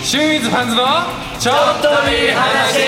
シュンウィズファンズのちょっといい話。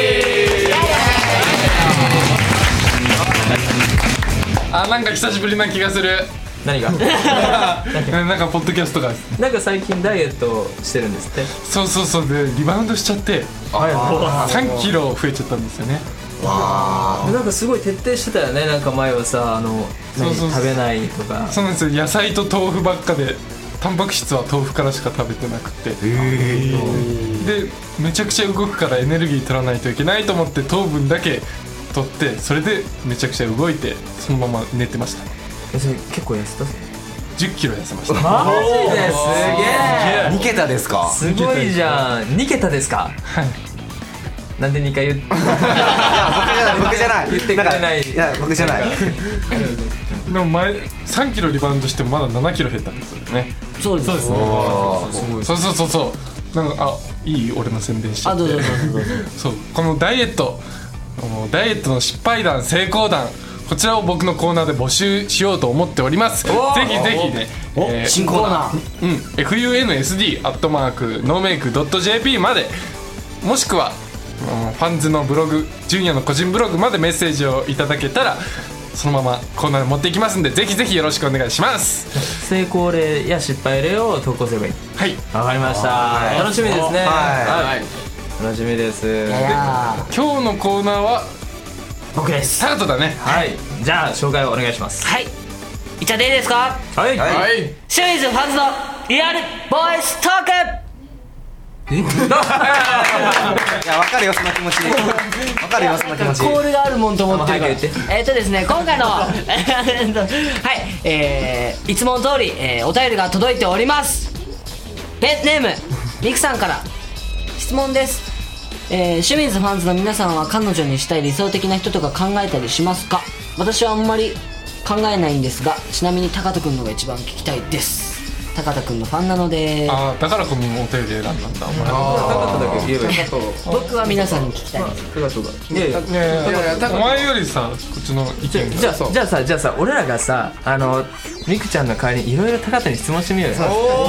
なんか久しぶりな気がする。 何がなんかポッドキャストがなんか最近ダイエットしてるんですって。 そうでリバウンドしちゃって3キロ増えちゃったんですよね。 なんかすごい徹底してたよね。なんか前はさそう食べないとか。 そうなんですよ。野菜と豆腐ばっかでタンパク質は豆腐からしか食べてなくて、でめちゃくちゃ動くからエネルギー取らないといけないと思って糖分だけ取って、それでめちゃくちゃ動いてそのまま寝てました。 それ結構痩せた 10キロ痩せました。 マジですげえ。 2桁ですか？ すごいじゃん。2桁ですか？ はい。 なんで2回言って。 いや僕じゃない言ってくれない。 いや僕じゃない。 でも前3キロリバウンドしてもまだ7キロ減ったんですよね。 そうですね。 そうなんかいい俺の宣伝しちゃって。 どうぞそう、このダイエットの失敗談成功談、こちらを僕のコーナーで募集しようと思っております。ぜひぜひね、 新コーナー。 funsd@nomake.jp まで、もしくはファンズのブログ、純也の個人ブログまでメッセージをいただけたらそのままコーナーに持っていきますんで、ぜひぜひよろしくお願いします。 成功例や失敗例を投稿すればいい。 はい、 わかりました。楽しみですね。はい、楽しみです。 今日のコーナーは僕です。 スタートだね。 はい、じゃあ紹介をお願いします。 はい、いっちゃっていいですか？ はいはい。 シュンウィズファンズのリアルボイストーク。 いや分かるよその気持ち。分かるよその気持ち。 コールがあるもんと思ってるから。 早く言ですね、今回のはい、いつもの通り、お便りが届いております。ペンネームミクさんから質問です。シュウィズファンズの皆さんは彼女にしたい理想的な人とか考えたりしますか？私はあんまり考えないんですが、ちなみに高田くんのが一番聞きたいです。高田くんのファンなので。 だからこのお便り選んだんだ。 高田だけ言えばいい。 僕は皆さんに聞きたいです。 お前よりさ、こっちの意見じゃあさ俺らがさミクちゃんの代わりにいろいろ高田に質問してみようよ。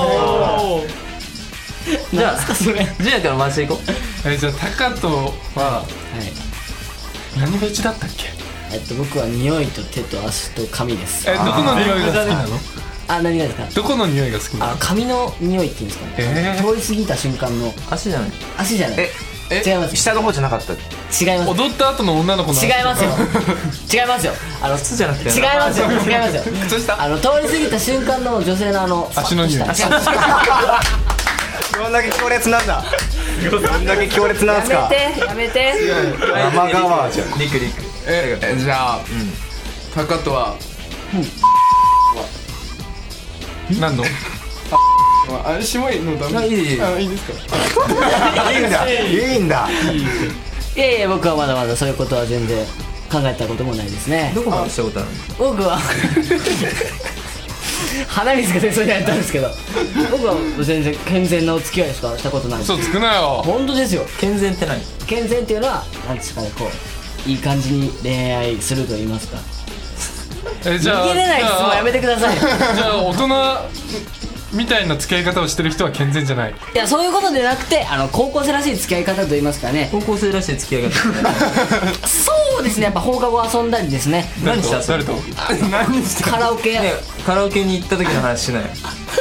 じゃあジュニアから回していこう。 じゃあ高田は何フェチだったっけ？ 僕は匂いと手と足と髪です。 どこの匂いが好きなの？ 何がですか？ どこの匂いが好きなの？ 髪の匂いっていうんですかね。通り過ぎた瞬間の。 足じゃない？ 足じゃない。違います。 下の方じゃなかった？ 違います。 踊った後の女の子の。 違いますよ。違いますよ。 靴じゃなくて。 違いますよ。違いますよ。 靴下？ 通り過ぎた瞬間の女性の足の匂い。 どんだけ強烈なんだ。どんだけ強烈なんすか。 やめて。 天川じゃん。 リク。 じゃあ高とは何の？ しもいのダメ？ いいいいですか？ いいんだ。 いや僕はまだまだそういうことは全然考えたこともないですね。 どこまでしたことあるの？僕は鼻水が出そうになったんですけど、僕は全然健全なお付き合いしかしたことない。 嘘つくなよ。 本当ですよ。 健全って何？ 健全っていうのは何ですかね、いい感じに恋愛すると言いますか。 じゃあ逃げれない質問やめてください。 じゃあ大人みたいな付き合い方をしてる人は健全じゃない。 いやそういうことでなくて、高校生らしい付き合い方と言いますかね。 高校生らしい付き合い方。 そうですね、やっぱ放課後遊んだりですね。 誰と？ カラオケや。 カラオケに行った時の話しない。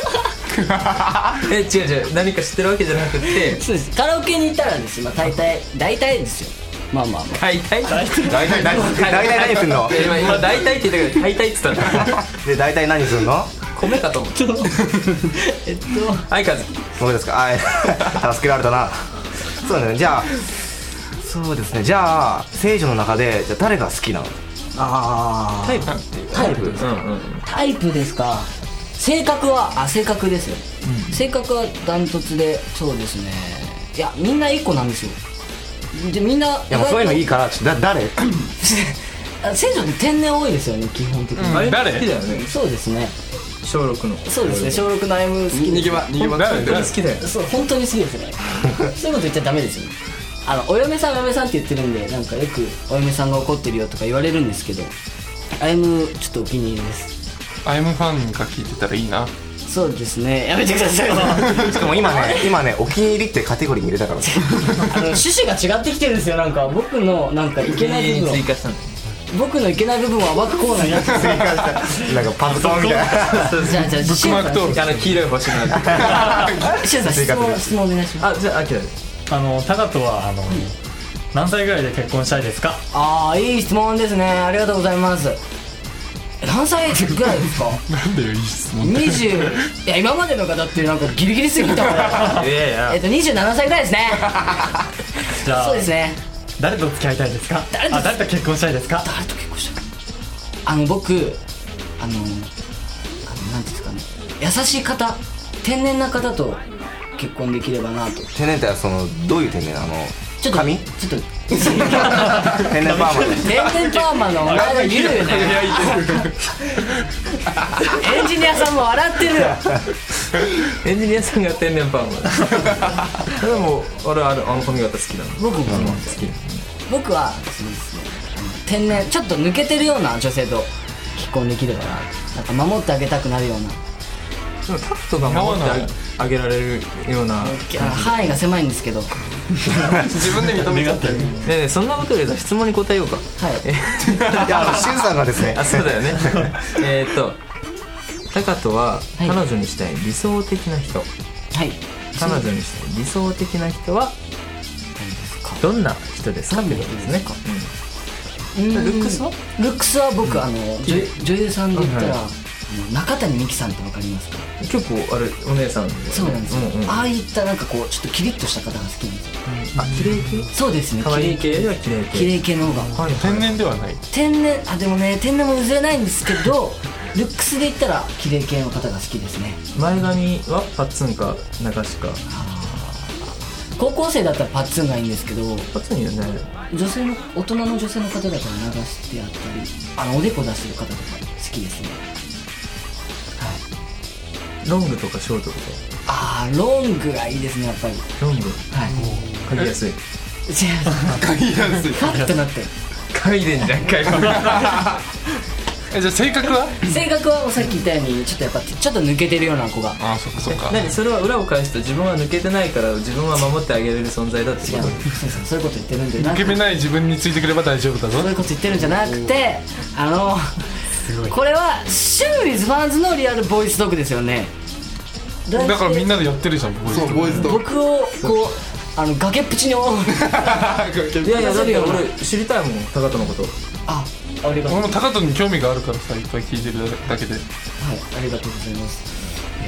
違う何か知ってるわけじゃなくて。 そうです。カラオケに行ったらですよ、大体ですよ。まあ大体何すんの？ 今大体って言ったけど大体って言ったんだ。 で大体何すんの？ 米かと思って。はい、カズ。 僕ですか？助けられたな。そうだね。じゃあそうですね。じゃあ聖女の中でじゃあ誰が好きなの？ タイプタイプですか。性格ですよ。性格はダントツで、そうですね。いやみんないい子なんですよ。でみんな。いやもうそういうのいいから誰？ 聖女って天然多いですよね基本的に。 誰？ 好きだよね。 そうですね。 小6の。 そうですね。小6のアイム好き。 逃げ場誰好きだよ。 そう本当に好きですね。そういうこと言っちゃダメですよ。お嫁さんって言ってるんで、なんかよくお嫁さんが怒ってるよとか言われるんですけど、アイムちょっとお気に入りです。 アイムファンが聞いてたらいいな。 そうそうですね、やめてくださいよしかも今ねお気に入りってカテゴリーに入れたから趣旨が違ってきてるんですよ。なんか僕のなんかいけない部分を追加したんだよ。 僕のいけない部分を暴くコーナーになってるなんかパズドンみたいなじゃあブックマーク登録黄色い星になってしゅんさん質問お願いします。 じゃあアキラでタカトは何歳ぐらいで結婚したいですか？ ああ、いい質問ですね。ありがとうございます。何歳ぐらいですか？ なんでよ、いい質問って 20いや今までの方ってなんかギリギリすぎたからいやいや 27歳ぐらいですねじゃあそうですね。 誰と付き合いたいですか？ 誰と誰と結婚したいですか？ 誰と結婚したい？僕なんていうんですかね、優しい方、天然な方と結婚できればなと。 天然ってどういう天然ちょっと髪ちょっと天然パーマで天然パーマのお前が言うよねエンジニアさんも笑ってるエンジニアさんが天然パーマでも俺あの髪型好きなの。 僕も好き。 僕はそうですね、天然ちょっと抜けてるような女性と結婚できればな、なんか守ってあげたくなるような。 でもタクトが守ってあげられるような。 範囲が狭いんですけど自分で認めちゃってる。 ねえねえ、そんなことより質問に答えようか。 はいいやシュンさんがですねあ、そうだよねタカトは彼女にしたい理想的な人、 はい彼女にしたい理想的な人はどんな人ですかってことですね。ルックスは？ ルックスは僕女優さんで言ったら中谷美紀さんってわかりますか？ 結構あれお姉さんだよね。 そうなんですよ、 うんうん、 ああいったなんかこうちょっとキリッとした方が好きなんですよ。 あ、綺麗系？ そうですね、 可愛い系よりは綺麗系。 綺麗系の方が、 はい、 天然ではない。 天然でもね天然も譲れないんですけどルックスで言ったら綺麗系の方が好きですね。 前髪はパッツンか流しか。 高校生だったらパッツンがいいんですけど、 パッツンいいよね。 大人の女性の方だったら流してあったりおでこ出してる方とか好きですね。 ロングとかショートとか。 ロングがいいですね、やっぱり。 ロングはい嗅ぎやすい。 違うファッとなってる。 嗅いでんじゃんかよじゃあ性格は？ 性格はさっき言ったようにちょっとやっぱちょっと抜けてるような子が。 ああ、そっかそっか。 何それは裏を返すと自分は抜けてないから自分は守ってあげれる存在だってこと。 そういうこと言ってるんじゃなくて、 抜け目ない自分についてくれば大丈夫だぞ。 そういうこと言ってるんじゃなくて、これはシューイズファンズのリアルボイスドッグですよね。 だからみんなでやってるじゃん、 そうボイスと僕をこう崖っぷちにいやいや、だって俺知りたいもん、タカトのこと。 ありがとう。 俺も高人に興味があるからさ、いっぱい聞いてるだけで。 はい、ありがとうございます。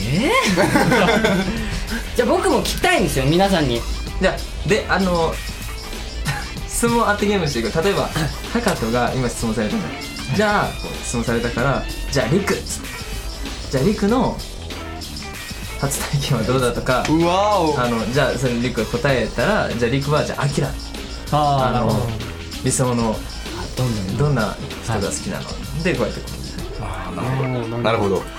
じゃあ僕も聞きたいんですよ、皆さんに。 じゃあで質問当てゲームしていく。例えばタカトが今質問されたんだ。じゃあこう質問されたから、じゃあリク、じゃあリクの初体験はどうだとか、 うわおじゃあそれリクが答えたら、じゃあリクはじゃあアキラ、理想のどんな人が好きなのでこうやってなるほど。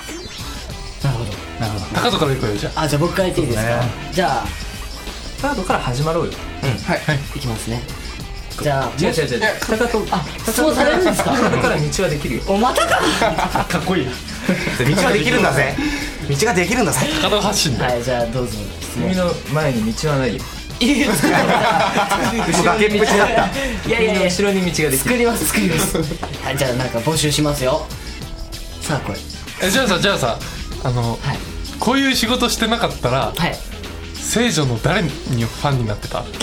高人からいこうよ、じゃあ。 じゃあ僕から言っていいですか。じゃあカードから始まろうよ。 いきますね。じゃあ違うタカト質問されるんですか。 ここから道はできるよ。 おまたか。 かっこいいな。 道ができるんだぜ。道ができるんだぜ。 高人発信だ。 はい、じゃあどうぞ質問。 君の前に道はないよ。 いいですか。 崖っぷちだった。 君の後ろに道ができる。 作りますはい、じゃあなんか募集しますよ。さあこれじゃあさ、こういう仕事してなかったら、 はい。 聖女の誰にファンになってた？ オ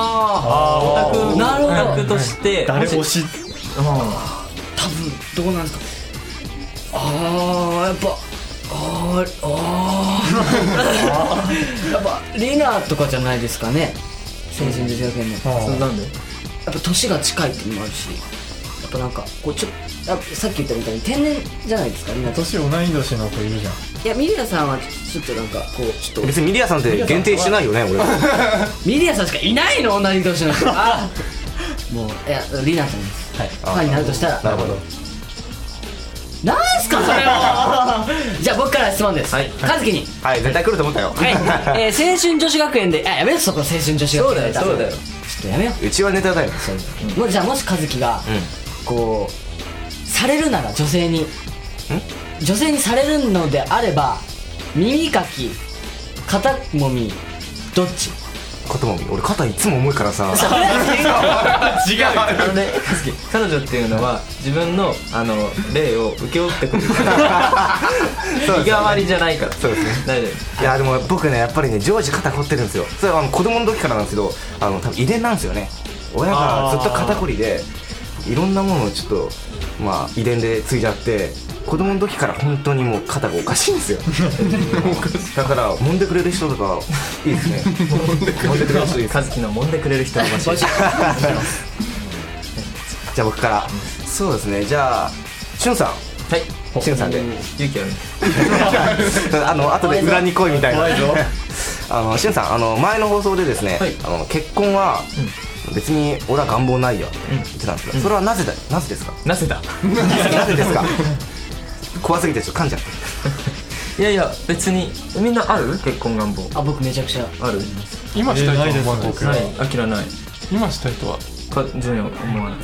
タクとして誰推し？ 多分どうなんですか。やっぱやっぱリナとかじゃないですかね。青春女子学園の。 なんで？ やっぱ年が近いっていうのもあるし、やっぱなんかこうさっき言ったみたいに天然じゃないですか、リナと。 年同い年の子いるじゃん。 いや、ミリアさんはちょっとなんかこうちょっと別にミリアさんって限定してないよね、俺。 ミリアさんしかいないの、同い年の人。もういやリナさんです。はい。ファンになるとしたら。 なるほど。 なんすかそれを。じゃあ僕から質問です。和樹に。 はい、絶対来ると思ったよ。 はい。青春女子学園でやめよう、そこ青春女子学園で。 そうだよ。 ちょっとやめようちはネタだよ。 う。もうじゃあもし和樹がこうされるなら女性にされるのであれば耳かき肩もみどっち？ 肩もみ。俺肩いつも重いからさ。 あのね、彼女っていうのは自分の霊を請け負ってくる身代わりじゃないから。 そうですね。 大丈いやでも僕ねやっぱりね常時肩凝ってるんですよ。それは子供の時からなんですけど、多分遺伝なんですよね。親がずっと肩こりでいろんなものをちょっとまあ遺伝で継いじゃって、子供の時から本当にもう肩がおかしいんですよ。だから揉んでくれる人とかいいですね。揉んでくれる人いいです。 夫。和樹の揉んでくれる人が欲しい。 じゃあ僕からそうですね。じゃあしゅんさん、 はい。 しゅんさんで勇気あるね。 後で裏に来いみたいな。 怖いぞ。 しゅんさん前の放送でですね、 はい結婚は別に俺は願望ないよって言ってたんですけど、それはなぜですか？ なぜだ。 なぜですか？怖すぎてちょっと噛んじゃって。 いやいや別にみんなある？結婚願望あ、僕めちゃくちゃある？ 今したいとは思わない僕ない。あきらない。 今したいとはジュニア思わない。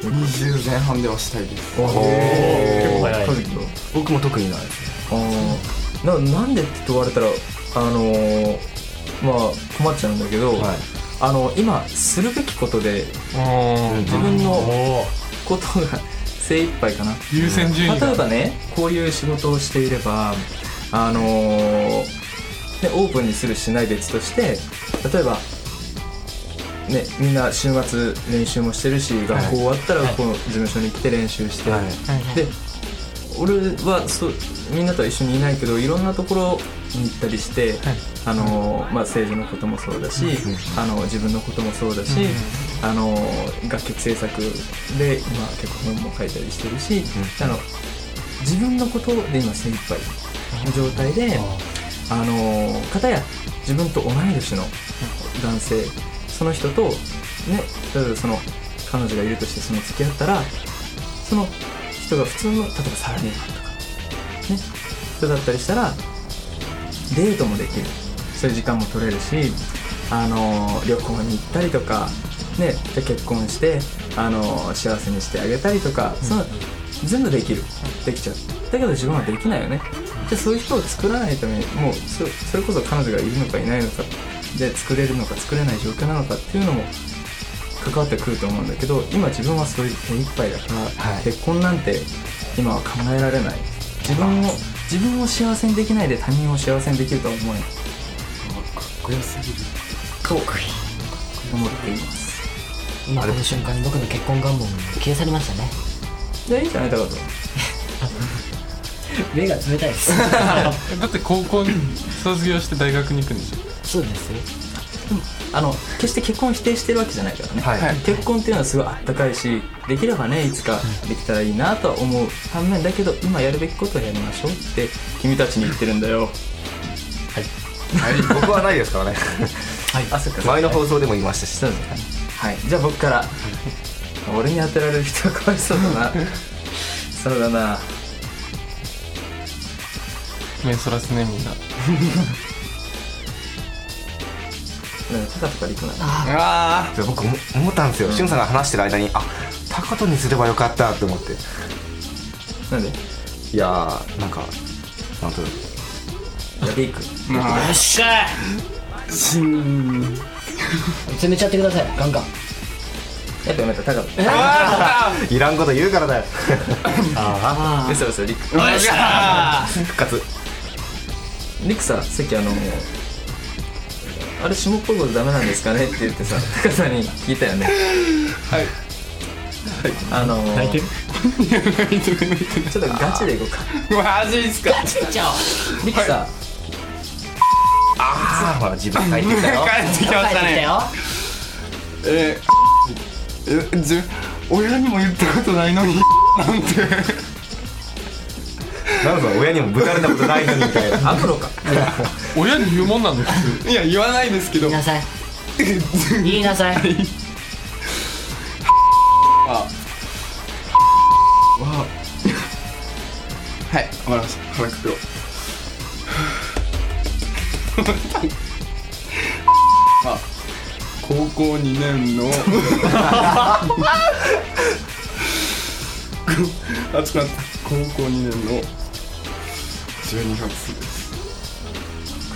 20前半ではしたいです。 おお。 結構早い和樹と。 僕も特にないですね。 なんでって言われたらまあ困っちゃうんだけど、今するべきことで自分のことが精一杯かな。 優先順位が例えばね、こういう仕事をしていればね、オープンにするしない別として、例えばね、みんな週末練習もしてるし、学校終わったらこの事務所に来て練習して、で俺はみんなとは一緒にいないけどいろんなところに行ったりして、まあ、政治のこともそうだし、自分のこともそうだし、楽曲制作で今結構本も書いたりしてるし、自分のことで今精一杯の状態で、片や自分と同い年の男性、その人とね、例えばその彼女がいるとしてその付き合ったら、その人が普通の例えばサラリーマンとかね人だったりしたらデートもできる、そういう時間も取れるし、旅行に行ったりとかね、で結婚して幸せにしてあげたりとか、その全部できちゃう。だけど自分はできないよね。じゃあそういう人を作らないためにもうそれこそ彼女がいるのかいないのかで作れるのか作れない状況なのかっていうのも関わってくると思うんだけど、今自分はそういう手一杯だから、結婚なんて今は考えられない。自分を幸せにできないで他人を幸せにできるとは思えない。かっこよすぎると思っています。 今この瞬間に僕の結婚願望も消え去りましたね。 じゃあいいじゃないだからと目が冷たいですだって高校に卒業して大学に行くんでしょ。 そうですよ。 決して結婚を否定してるわけじゃないからね、結婚っていうのはすごいあったかいし、できればねいつかできたらいいなとは思う反面だけど、今やるべきことをやりましょうって君たちに言ってるんだよ。 僕はないですからね。 あ、そっか。 前の放送でも言いましたし。 そうですね。はい、じゃあ僕から俺に当てられる人はかわいそうだなそうだな、 目そらすねみんな。 タカとかリクなあ僕も思ったんですよ。しゅんさんが話してる間にタカトにすればよかったって思って。 なんで？ いやーなんかなんとなく。 いやリクよっしゃ詰めちゃってください、ガンガン。 やっぱやめた、タカといらんこと言うからだよ。 嘘リク復活。 リクさ、さっきあれ下っぽいことダメなんですかねって言ってさ、タカさんに聞いたよね。 はい。 泣いてる？ ちょっとガチでいこうか。 マジっすか？ リクさ、 ほら自分書いてきたよ。 帰ってきましたね。親にも言ったことないのになんて。 なんか親にもぶたれたことないのにみたいな。 アフロか。 親に言うもんなんだ普通。 いや言わないですけど。 言いなさい言いなさい。 はい、わかりました。腹くくろう。高校2年の熱くなった。高校2年の12月です。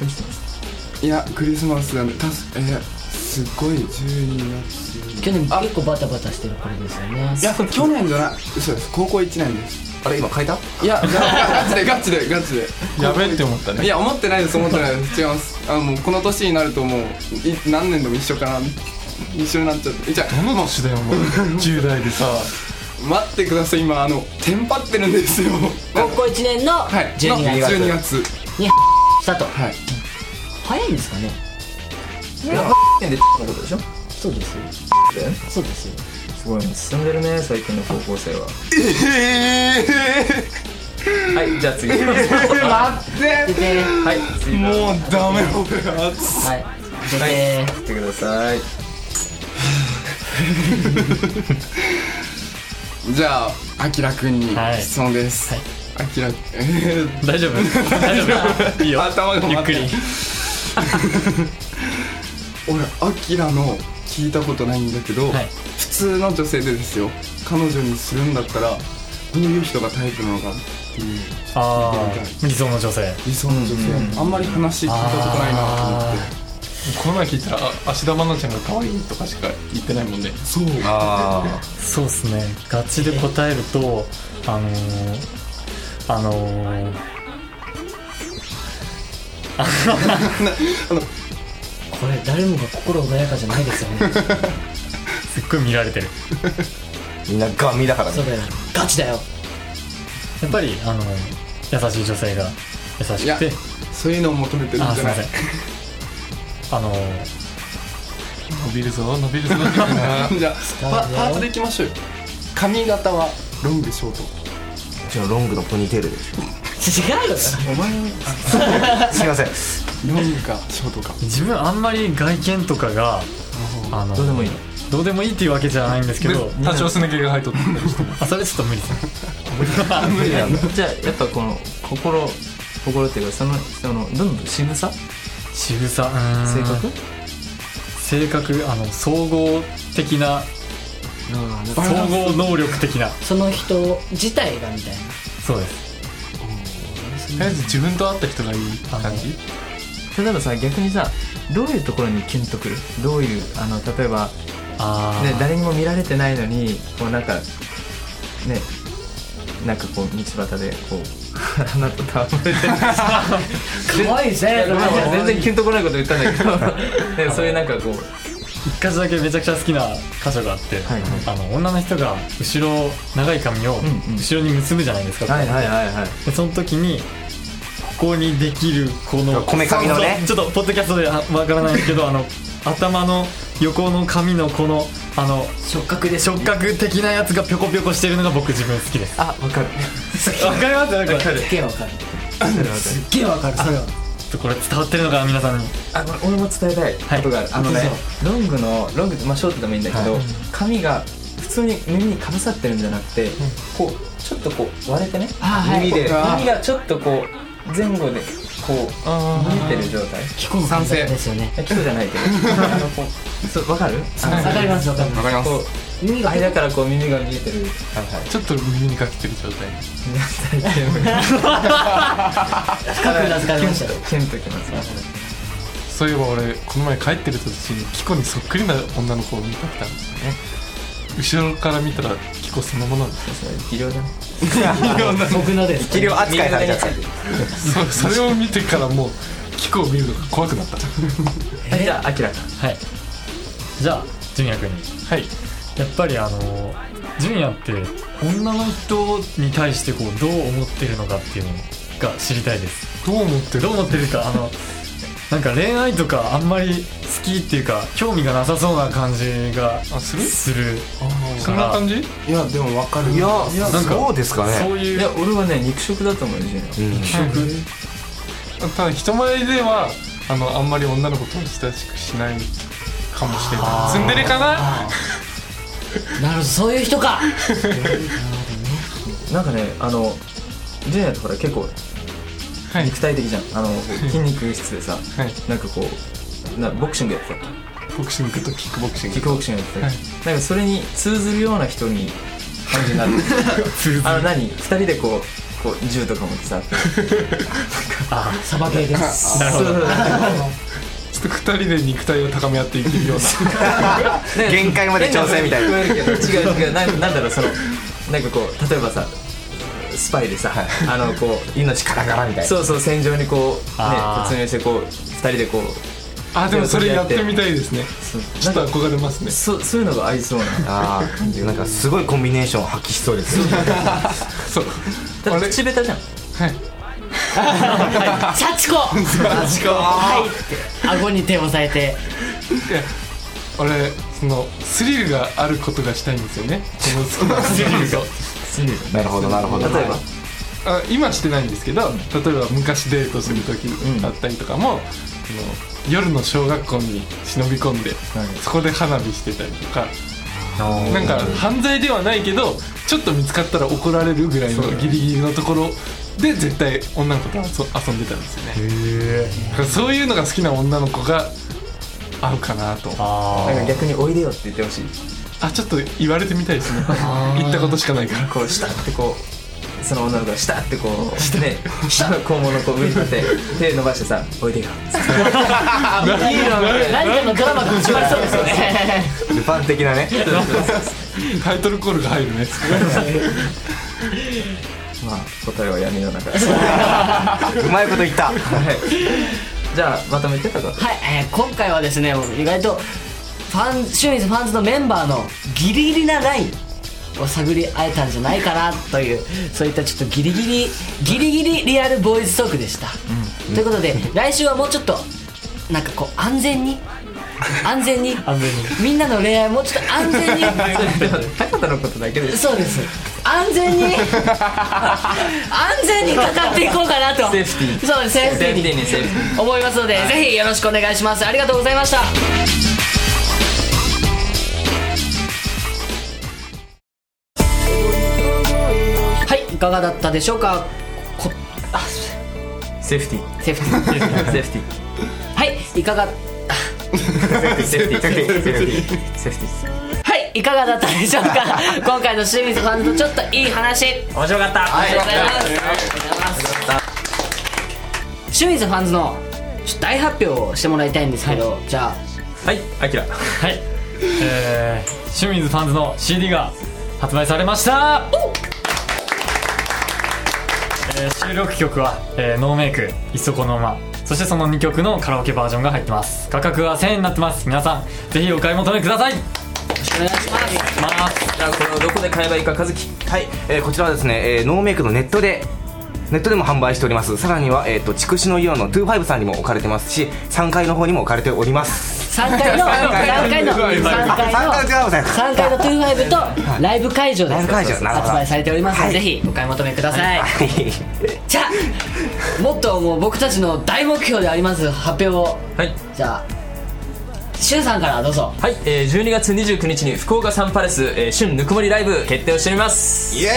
クリスマス。 いやクリスマスだね。すごい12月。 去年結構バタバタしてるこれですよね。 いや去年じゃない。嘘です。高校1年です。 あれ今変えた？ いやガチでやべえって思ったね。 いや思ってないです。違います。もうこの年になるともう何年でも一緒かな。一緒になっちゃって。じゃあどの年だよもう10代でさ。 待ってください。今テンパってるんですよ。 高校1年のはい 12 月にしたと。 はい。 早いんですかね。 年でのことでしょ。 そうですよ。そうですよ。 すごいね、進んでるね最近の高校生は。はいじゃあ次。 待って。 はい次。 もうダメ。 はい出て来てください。 じゃああきらくんにはい質問です。 はいあきら大丈夫大丈夫いいよ頭がゆっくり。 俺アキラの聞いたことないんだけど、 はい普通の女性でですよ、彼女にするんだったらどういう人がタイプなのかっていうああ理想の女性。 理想の女性、あんまり話聞いたことないなと思って。 この前聞いたら芦田愛菜ちゃんが可愛いとかしか言ってないもんね。 そうそうっすね。ガチで答えるとここれ誰もが心穏やかじゃないですよね。 すっごい見られてる。 みんなガン見だからね。 そうだよ。ガチだよ。 やっぱり優しい女性が優しいやくて。 そういうのを求めてるんじゃない。 すいません。 伸びるぞ伸びるぞじゃあパートでいきましょうよ。髪型はロングショート。 うちのロングのポニーテールでしょ。 違うよ。 お前すいません。 ロングかショートか。 自分あんまり外見とかがどうでもいいの。 どうでもいいっていうわけじゃないんですけど、 多少すね毛が入っとったりしてそれちょっと無理ですね。 無理なんだ。 じゃあやっぱこの心っていうかそのどんどん仕草仕草性格総合的な総合能力的な。 その人自体がみたいな。 そうです。 とりあえず自分と会った人がいい感じ。 例えばさ逆にさどういうところにキュンとくる。どういう例えばね誰にも見られてないのにこうなんかねなんかこう道端でこう花と戯れてる。 可愛いですね。 全然キュンとこないこと言ったんだけどねそういうなんかこう一箇所だけめちゃくちゃ好きな箇所があって、 はい女の人が後ろ長い髪を後ろに結ぶじゃないですか。 はいでその時にここにできるこのこめかみのねちょっとポッドキャストでわからないんですけど頭の横の髪のこの触覚で触覚的なやつがぴょこぴょこしてるのが僕自分好きです。 あ分かるわかりますよねこれ。 すっげえわかる。すっげえわかる。それはこれ伝わってるのかな皆さんに。 これ俺も伝えたいことがある。ロングってまあショートでもいいんだけど髪が普通に耳にかぶさってるんじゃなくてこうちょっとこう割れてね耳がちょっとこう前後でこう見えてる状態。 キコの感じですよね。 キコじゃないけどそう分かる？ わかりますわかります。 わかります。 こう耳が間からこう耳が見えてる。 ちょっと耳にかけてる状態。 深くうなずかれましたよ。 キュンときます。 そういえば俺この前帰ってる途中にキコにそっくりな女の子を見かけたんですよね。後ろから見たらキコそのものですよ。 技量だね。 僕のです。 治療扱いされちゃった。 それを見てからもうキコを見るのが怖くなった。 じゃあアキラか。 はい。じゃあジュニア君に。 はい。 やっぱりジュニアって女の人に対してこうどう思ってるのかっていうのが知りたいです。 どう思ってる？ どう思ってるかなんか恋愛とかあんまり好きっていうか興味がなさそうな感じがするそんな感じ？ いやでも分かる。 いやなんかそうですかね。 そういういや俺はね肉食だと思うよジュニア。 ただ人前ではあんまり女の子と親しくしないかもしれない。ツンデレかな？ なるほどそういう人か。 なんかねジュニアってほら結構はい肉体的じゃん。筋肉質でさはい。 なんかこうボクシングやってたっボクシングとキックボクシング。 けキックボクシングやってたっはいけなんかそれに通ずるような人に感じになる。何二人でこうこう銃とか持ってさあサバゲーですなるほど。 ちょっと2人で肉体を高め合っていけるような限界まで調整みたいな。 違うなんだろう、そのなんかこう例えばさスパイでさ、こう命からがらみたいな。 そう戦場にこうねあー突入してこう2人でこうあでもそれやってみたいですね。ちょっと憧れますね。 そういうのが合いそうなああ、なんかすごいコンビネーション発揮しそうです。 そうだって口下手じゃん。 はい幸子はいって顎に手を押さえていや俺そのスリルがあることがしたいんですよね。このスリルとなるほどなるほど。 例えば今してないんですけど、例えば昔デートする時だったりとかも、その夜の小学校に忍び込んで、そこで花火してたりとか、なんか犯罪ではないけどちょっと見つかったら怒られるぐらいのギリギリのところで絶対女の子と遊んでたんですよね。だからそういうのが好きな女の子が合うかなと。 なんか逆においでよって言ってほしい。 ちょっと言われてみたいですね。言ったことしかないから。 こう下ってこうその女の子が下ってこうね下の肛門のこう上に立って手伸ばしてさおいでよいいの何かのドラマが始まりそうですよねルパン的なね。 タイトルコールが入るね。 まあ答えは闇の中うまいこと言った。 じゃあまとめてたか。 はい、今回はですね意外とシューイズファンズのメンバーのギリギリなラインを探り合えたんじゃないかなという、そういったちょっとギリギリリアルボーイズトークでした、ということで来週はもうちょっとなんかこう安全にみんなの恋愛もうちょっと安全に高田のことだけでそうです安全にかかっていこうかなとセーフティーそうですセーフティーにセーフティー思いますので、ぜひよろしくお願いします。ありがとうございました。はい、いかがだったでしょうか。 セーフティーセーフティーセーフティーはいいかがセーフティーセーフティーセーフティーセーフティーはいいかがだったでしょうか今回の清水ファンズとちょっといい話面白かった。 ありがとうございます。ありがとうございます。清水ファンズのちょっと大発表をしてもらいたいんですけど、じゃはいアキラはい、清水ファンズの CD が発売されました。収録曲は、ノーメイクいっそこのまま、そしてその2曲のカラオケバージョンが入ってます。価格は1000円になってます。皆さんぜひお買い求めください。 あお願いします。 じゃあこれをどこで買えばいいか和樹。 はい、こちらはですね、ノーメイクのネットでも販売しております。さらには、筑紫のイオンの25さんにも置かれてますし、3階の方にも置かれております。 3階の25とライブ会場でライブ会場発売されておりますので、 はいぜひお買い求めください。 はいじゃあもっともう僕たちの大目標であります発表を、 はいじゃあしゅんさんからどうぞ。 はい、12月29日に福岡サンパレス、春ぬくもりライブ決定をしております。 イエーイ。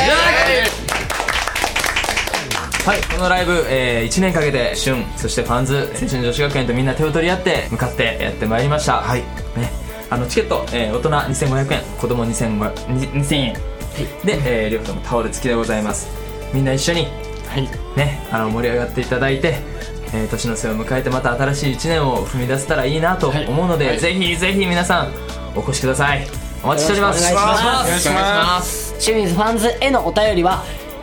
はい、このライブ、1年かけて春そしてファンズ青春女子学園とみんな手を取り合って向かってやってまいりました。 はいね、チケット、大人2500円子供2000円で、両方ともタオル付きでございます。みんな一緒に、ね、盛り上がっていただいて、年の瀬を迎えてまた新しい1年を踏み出せたらいいなと思うので、ぜひぜひ皆さんお越しください。お待ちしております。 よろしくお願いします。 お願いします清水ファンズへのお便りは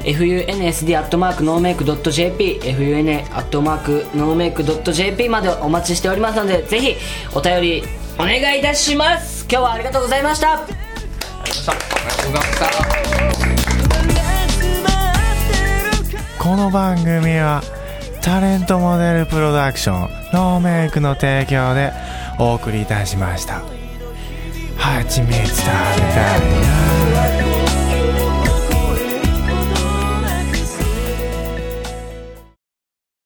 funsd@nomake.jp fun@nomake.jp までお待ちしておりますので、ぜひお便りお願いいたします。今日はありがとうございました。 この番組はタレントモデルプロダクションノーメイクの提供でお送りいたしました。蜂蜜食べたい。